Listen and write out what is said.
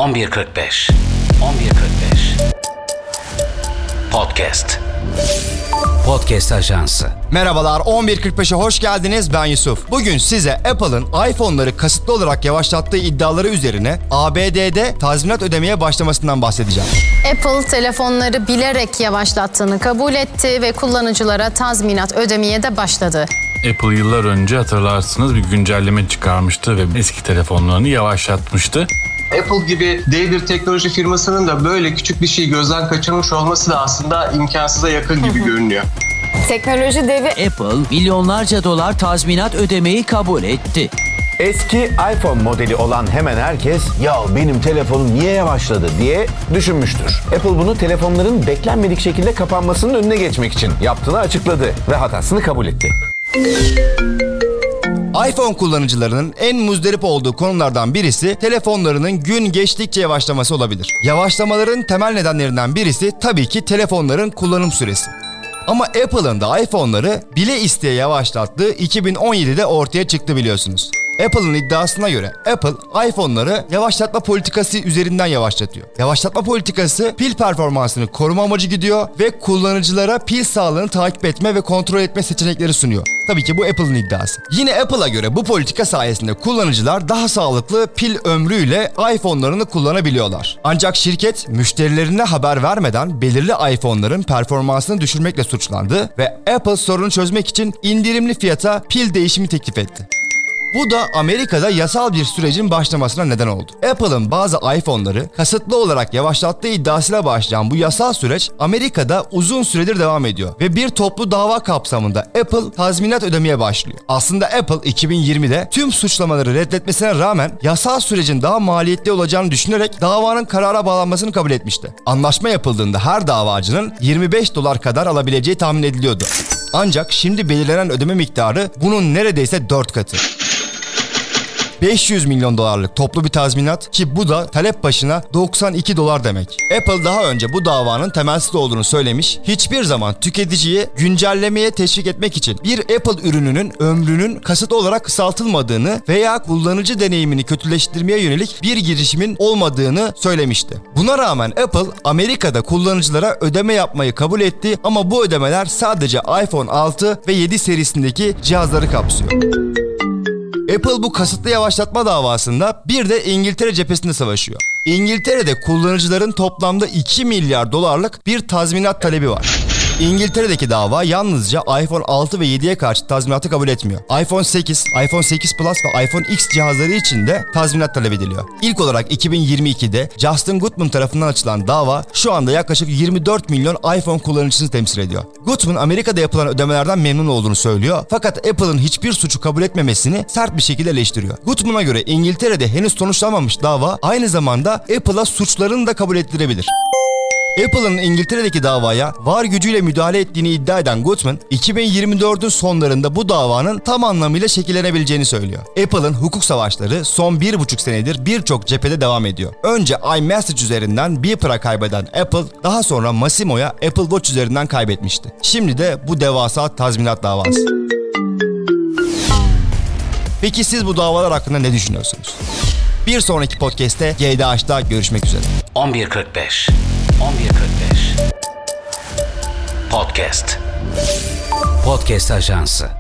11.45 Podcast Ajansı. Merhabalar, 11.45'e hoş geldiniz. Ben Yusuf. Bugün size Apple'ın iPhone'ları kasıtlı olarak yavaşlattığı iddiaları üzerine ABD'de tazminat ödemeye başlamasından bahsedeceğim. Apple telefonları bilerek yavaşlattığını kabul etti ve kullanıcılara tazminat ödemeye de başladı. Apple yıllar önce hatırlarsınız bir güncelleme çıkarmıştı ve eski telefonlarını yavaşlatmıştı. Apple gibi dev bir teknoloji firmasının da böyle küçük bir şeyi gözden kaçırmış olması da aslında imkansıza yakın gibi görünüyor. Teknoloji devi Apple milyonlarca dolar tazminat ödemeyi kabul etti. Eski iPhone modeli olan hemen herkes "Ya benim telefonum niye yavaşladı?" diye düşünmüştür. Apple bunu telefonların beklenmedik şekilde kapanmasının önüne geçmek için yaptığını açıkladı ve hatasını kabul etti. iPhone kullanıcılarının en muzdarip olduğu konulardan birisi telefonlarının gün geçtikçe yavaşlaması olabilir. Yavaşlamaların temel nedenlerinden birisi tabii ki telefonların kullanım süresi. Ama Apple'ın da iPhone'ları bile isteye yavaşlattığı 2017'de ortaya çıktı biliyorsunuz. Apple'ın iddiasına göre Apple iPhone'ları yavaşlatma politikası üzerinden yavaşlatıyor. Yavaşlatma politikası pil performansını koruma amacı gidiyor ve kullanıcılara pil sağlığını takip etme ve kontrol etme seçenekleri sunuyor. Tabii ki bu Apple'ın iddiası. Yine Apple'a göre bu politika sayesinde kullanıcılar daha sağlıklı pil ömrüyle iPhone'larını kullanabiliyorlar. Ancak şirket müşterilerine haber vermeden belirli iPhone'ların performansını düşürmekle suçlandı ve Apple sorunu çözmek için indirimli fiyata pil değişimi teklif etti. Bu da Amerika'da yasal bir sürecin başlamasına neden oldu. Apple'ın bazı iPhone'ları kasıtlı olarak yavaşlattığı iddiasıyla başlayan bu yasal süreç Amerika'da uzun süredir devam ediyor ve bir toplu dava kapsamında Apple tazminat ödemeye başlıyor. Aslında Apple 2020'de tüm suçlamaları reddetmesine rağmen yasal sürecin daha maliyetli olacağını düşünerek davanın karara bağlanmasını kabul etmişti. Anlaşma yapıldığında her davacının $25 kadar alabileceği tahmin ediliyordu. Ancak şimdi belirlenen ödeme miktarı bunun neredeyse 4 katı. $500 milyon toplu bir tazminat ki bu da talep başına $92 demek. Apple daha önce bu davanın temelsiz olduğunu söylemiş, hiçbir zaman tüketiciyi güncellemeye teşvik etmek için bir Apple ürününün ömrünün kasıtlı olarak kısaltılmadığını veya kullanıcı deneyimini kötüleştirmeye yönelik bir girişimin olmadığını söylemişti. Buna rağmen Apple Amerika'da kullanıcılara ödeme yapmayı kabul etti ama bu ödemeler sadece iPhone 6 ve 7 serisindeki cihazları kapsıyor. Apple bu kasıtlı yavaşlatma davasında bir de İngiltere cephesinde savaşıyor. İngiltere'de kullanıcıların toplamda $2 milyar bir tazminat talebi var. İngiltere'deki dava yalnızca iPhone 6 ve 7'ye karşı tazminatı kabul etmiyor. iPhone 8, iPhone 8 Plus ve iPhone X cihazları için de tazminat talep ediliyor. İlk olarak 2022'de Justin Goodman tarafından açılan dava şu anda yaklaşık 24 milyon iPhone kullanıcısını temsil ediyor. Goodman Amerika'da yapılan ödemelerden memnun olduğunu söylüyor fakat Apple'ın hiçbir suçu kabul etmemesini sert bir şekilde eleştiriyor. Goodman'a göre İngiltere'de henüz sonuçlanmamış dava aynı zamanda Apple'a suçlarını da kabul ettirebilir. Apple'ın İngiltere'deki davaya var gücüyle müdahale ettiğini iddia eden Goodman, 2024'ün sonlarında bu davanın tam anlamıyla şekillenebileceğini söylüyor. Apple'ın hukuk savaşları son 1,5 senedir birçok cephede devam ediyor. Önce iMessage üzerinden Beeper'a kaybeden Apple, daha sonra Massimo'ya Apple Watch üzerinden kaybetmişti. Şimdi de bu devasa tazminat davası. Peki siz bu davalar hakkında ne düşünüyorsunuz? Bir sonraki podcast'te GDH'da görüşmek üzere. 11.45 Podcast Ajansı.